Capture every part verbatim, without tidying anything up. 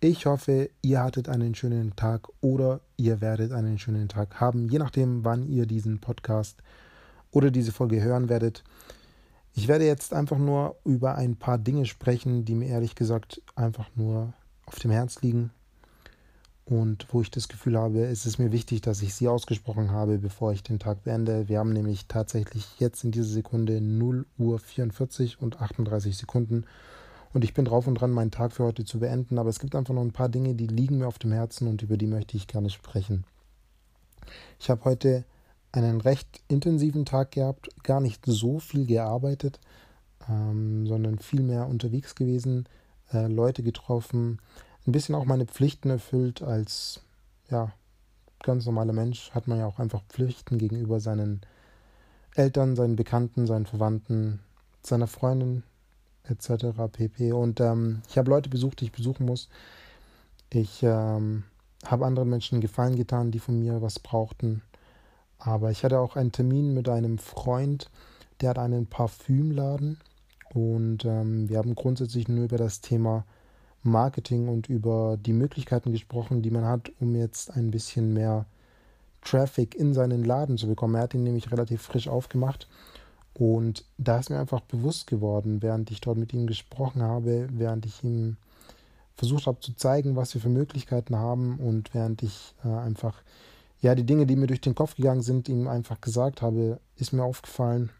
Ich hoffe, ihr hattet einen schönen Tag oder ihr werdet einen schönen Tag haben, je nachdem, wann ihr diesen Podcast oder diese Folge hören werdet. Ich werde jetzt einfach nur über ein paar Dinge sprechen, die mir ehrlich gesagt einfach nur auf dem Herz liegen und wo ich das Gefühl habe, es ist mir wichtig, dass ich sie ausgesprochen habe, bevor ich den Tag beende. Wir haben nämlich tatsächlich jetzt in dieser Sekunde null Uhr vierundvierzig und achtunddreißig Sekunden und ich bin drauf und dran, meinen Tag für heute zu beenden, aber es gibt einfach noch ein paar Dinge, die liegen mir auf dem Herzen und über die möchte ich gerne sprechen. Ich habe heute einen recht intensiven Tag gehabt, gar nicht so viel gearbeitet, ähm, sondern viel mehr unterwegs gewesen, äh, Leute getroffen, ein bisschen auch meine Pflichten erfüllt als ja, ganz normaler Mensch, hat man ja auch einfach Pflichten gegenüber seinen Eltern, seinen Bekannten, seinen Verwandten, seiner Freundin et cetera pp. Und ähm, ich habe Leute besucht, die ich besuchen muss. Ich ähm, habe anderen Menschen einen Gefallen getan, die von mir was brauchten. Aber ich hatte auch einen Termin mit einem Freund, der hat einen Parfümladen. Und ähm, wir haben grundsätzlich nur über das Thema Marketing und über die Möglichkeiten gesprochen, die man hat, um jetzt ein bisschen mehr Traffic in seinen Laden zu bekommen. Er hat ihn nämlich relativ frisch aufgemacht. Und da ist mir einfach bewusst geworden, während ich dort mit ihm gesprochen habe, während ich ihm versucht habe zu zeigen, was wir für Möglichkeiten haben und während ich äh, einfach, ja, die Dinge, die mir durch den Kopf gegangen sind, ihm einfach gesagt habe, ist mir aufgefallen,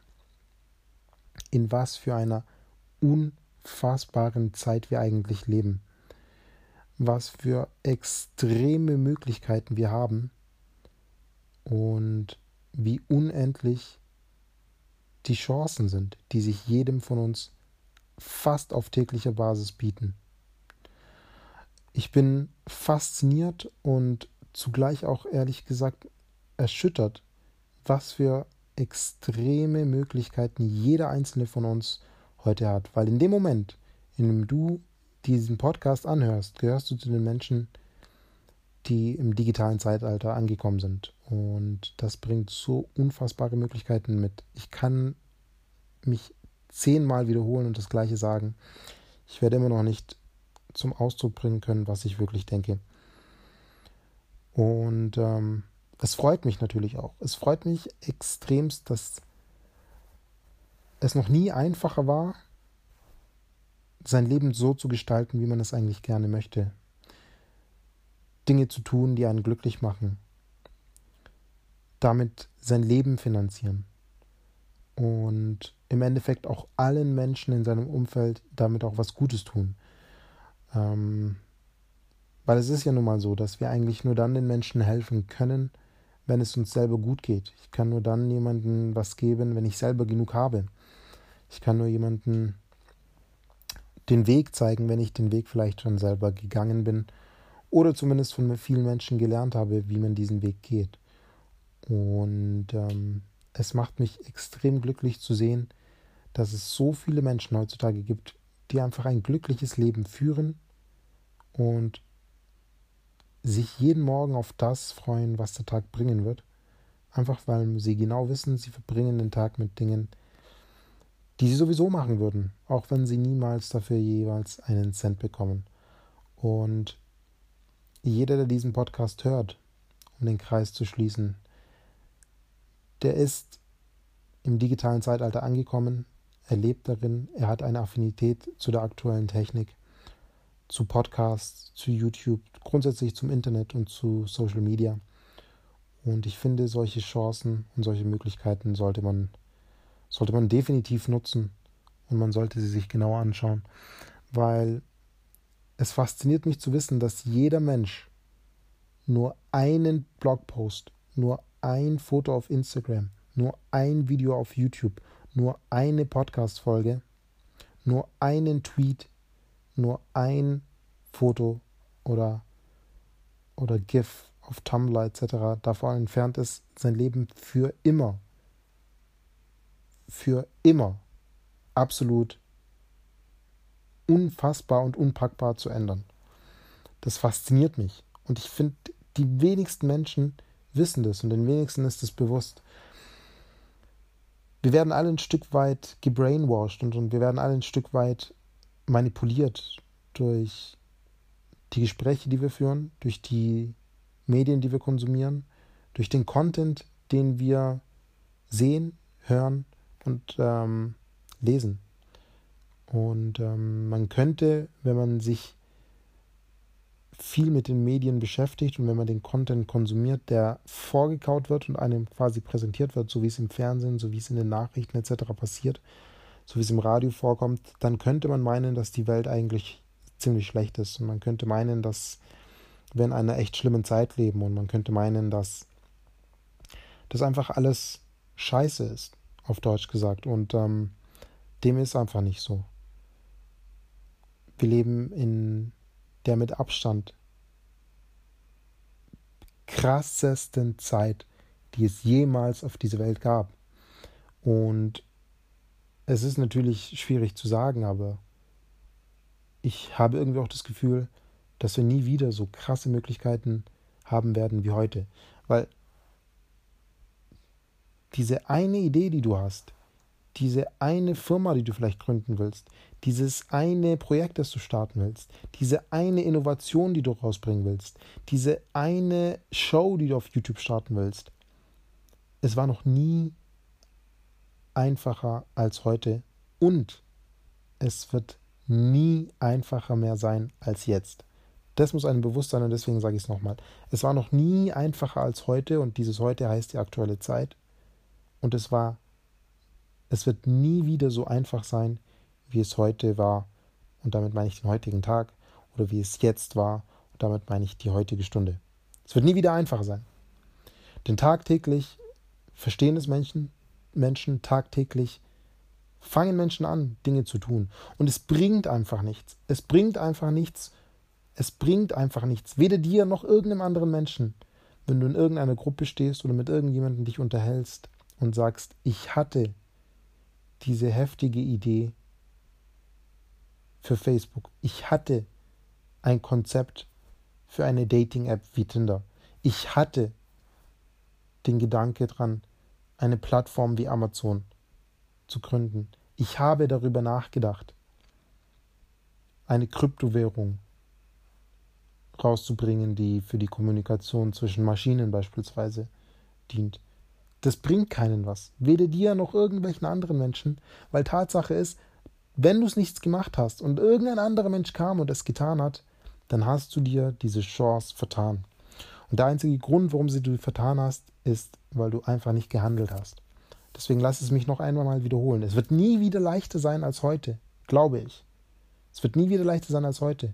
in was für einer unfassbaren Zeit wir eigentlich leben. Was für extreme Möglichkeiten wir haben und wie unendlich die Chancen sind, die sich jedem von uns fast auf täglicher Basis bieten. Ich bin fasziniert und zugleich auch ehrlich gesagt erschüttert, was für extreme Möglichkeiten jeder einzelne von uns heute hat. Weil in dem Moment, in dem du diesen Podcast anhörst, gehörst du zu den Menschen, die im digitalen Zeitalter angekommen sind. Und das bringt so unfassbare Möglichkeiten mit. Ich kann mich zehnmal wiederholen und das Gleiche sagen. Ich werde immer noch nicht zum Ausdruck bringen können, was ich wirklich denke. Und ähm, es freut mich natürlich auch. Es freut mich extremst, dass es noch nie einfacher war, sein Leben so zu gestalten, wie man es eigentlich gerne möchte. Dinge zu tun, die einen glücklich machen. Damit sein Leben finanzieren. Und im Endeffekt auch allen Menschen in seinem Umfeld damit auch was Gutes tun. Ähm, weil es ist ja nun mal so, dass wir eigentlich nur dann den Menschen helfen können, wenn es uns selber gut geht. Ich kann nur dann jemandem was geben, wenn ich selber genug habe. Ich kann nur jemandem den Weg zeigen, wenn ich den Weg vielleicht schon selber gegangen bin oder zumindest von vielen Menschen gelernt habe, wie man diesen Weg geht. Und ähm, es macht mich extrem glücklich zu sehen, dass es so viele Menschen heutzutage gibt, die einfach ein glückliches Leben führen und sich jeden Morgen auf das freuen, was der Tag bringen wird. Einfach weil sie genau wissen, sie verbringen den Tag mit Dingen, die sie sowieso machen würden, auch wenn sie niemals dafür jeweils einen Cent bekommen. Und jeder, der diesen Podcast hört, um den Kreis zu schließen, der ist im digitalen Zeitalter angekommen, er lebt darin, er hat eine Affinität zu der aktuellen Technik, zu Podcasts, zu YouTube, grundsätzlich zum Internet und zu Social Media. Und ich finde, solche Chancen und solche Möglichkeiten sollte man, sollte man definitiv nutzen und man sollte sie sich genauer anschauen, weil es fasziniert mich zu wissen, dass jeder Mensch nur einen Blogpost, nur ein Foto auf Instagram, nur ein Video auf YouTube, nur eine Podcast-Folge, nur einen Tweet, nur ein Foto oder, oder GIF auf Tumblr et cetera davon entfernt ist, sein Leben für immer, für immer absolut unfassbar und unpackbar zu ändern. Das fasziniert mich. Und ich finde, die wenigsten Menschen wissen das und den wenigsten ist es bewusst. Wir werden alle ein Stück weit gebrainwashed und, und wir werden alle ein Stück weit manipuliert durch die Gespräche, die wir führen, durch die Medien, die wir konsumieren, durch den Content, den wir sehen, hören und ähm, lesen. Und ähm, man könnte, wenn man sich viel mit den Medien beschäftigt und wenn man den Content konsumiert, der vorgekaut wird und einem quasi präsentiert wird, so wie es im Fernsehen, so wie es in den Nachrichten et cetera passiert, so wie es im Radio vorkommt, dann könnte man meinen, dass die Welt eigentlich ziemlich schlecht ist. Und man könnte meinen, dass wir in einer echt schlimmen Zeit leben und man könnte meinen, dass das einfach alles scheiße ist, auf Deutsch gesagt. Und ähm, dem ist einfach nicht so. Wir leben in der mit Abstand krassesten Zeit, die es jemals auf dieser Welt gab. Und es ist natürlich schwierig zu sagen, aber ich habe irgendwie auch das Gefühl, dass wir nie wieder so krasse Möglichkeiten haben werden wie heute. Weil diese eine Idee, die du hast, diese eine Firma, die du vielleicht gründen willst, dieses eine Projekt, das du starten willst, diese eine Innovation, die du rausbringen willst, diese eine Show, die du auf YouTube starten willst, es war noch nie einfacher als heute und es wird nie einfacher mehr sein als jetzt. Das muss einem bewusst sein und deswegen sage ich es nochmal. Es war noch nie einfacher als heute und dieses heute heißt die aktuelle Zeit und es war Es wird nie wieder so einfach sein, wie es heute war. Und damit meine ich den heutigen Tag. Oder wie es jetzt war. Und damit meine ich die heutige Stunde. Es wird nie wieder einfacher sein. Denn tagtäglich verstehen es Menschen, Menschen tagtäglich fangen Menschen an, Dinge zu tun. Und es bringt einfach nichts. Es bringt einfach nichts. Es bringt einfach nichts. Weder dir noch irgendeinem anderen Menschen. Wenn du in irgendeiner Gruppe stehst oder mit irgendjemandem dich unterhältst und sagst, ich hatte diese heftige Idee für Facebook. Ich hatte ein Konzept für eine Dating-App wie Tinder. Ich hatte den Gedanke dran, eine Plattform wie Amazon zu gründen. Ich habe darüber nachgedacht, eine Kryptowährung rauszubringen, die für die Kommunikation zwischen Maschinen beispielsweise dient. Das bringt keinen was. Weder dir noch irgendwelchen anderen Menschen, weil Tatsache ist, wenn du es nichts gemacht hast und irgendein anderer Mensch kam und es getan hat, dann hast du dir diese Chance vertan. Und der einzige Grund, warum sie du vertan hast, ist, weil du einfach nicht gehandelt hast. Deswegen lass es mich noch einmal mal wiederholen. Es wird nie wieder leichter sein als heute, glaube ich. Es wird nie wieder leichter sein als heute,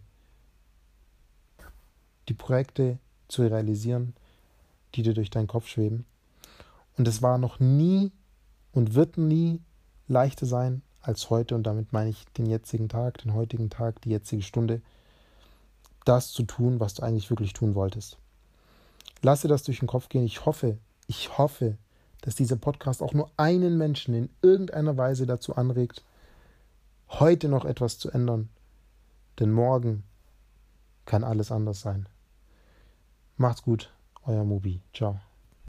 die Projekte zu realisieren, die dir durch deinen Kopf schweben. Und es war noch nie und wird nie leichter sein als heute. Und damit meine ich den jetzigen Tag, den heutigen Tag, die jetzige Stunde, das zu tun, was du eigentlich wirklich tun wolltest. Lasse das durch den Kopf gehen. Ich hoffe, ich hoffe, dass dieser Podcast auch nur einen Menschen in irgendeiner Weise dazu anregt, heute noch etwas zu ändern. Denn morgen kann alles anders sein. Macht's gut, euer Mubi. Ciao.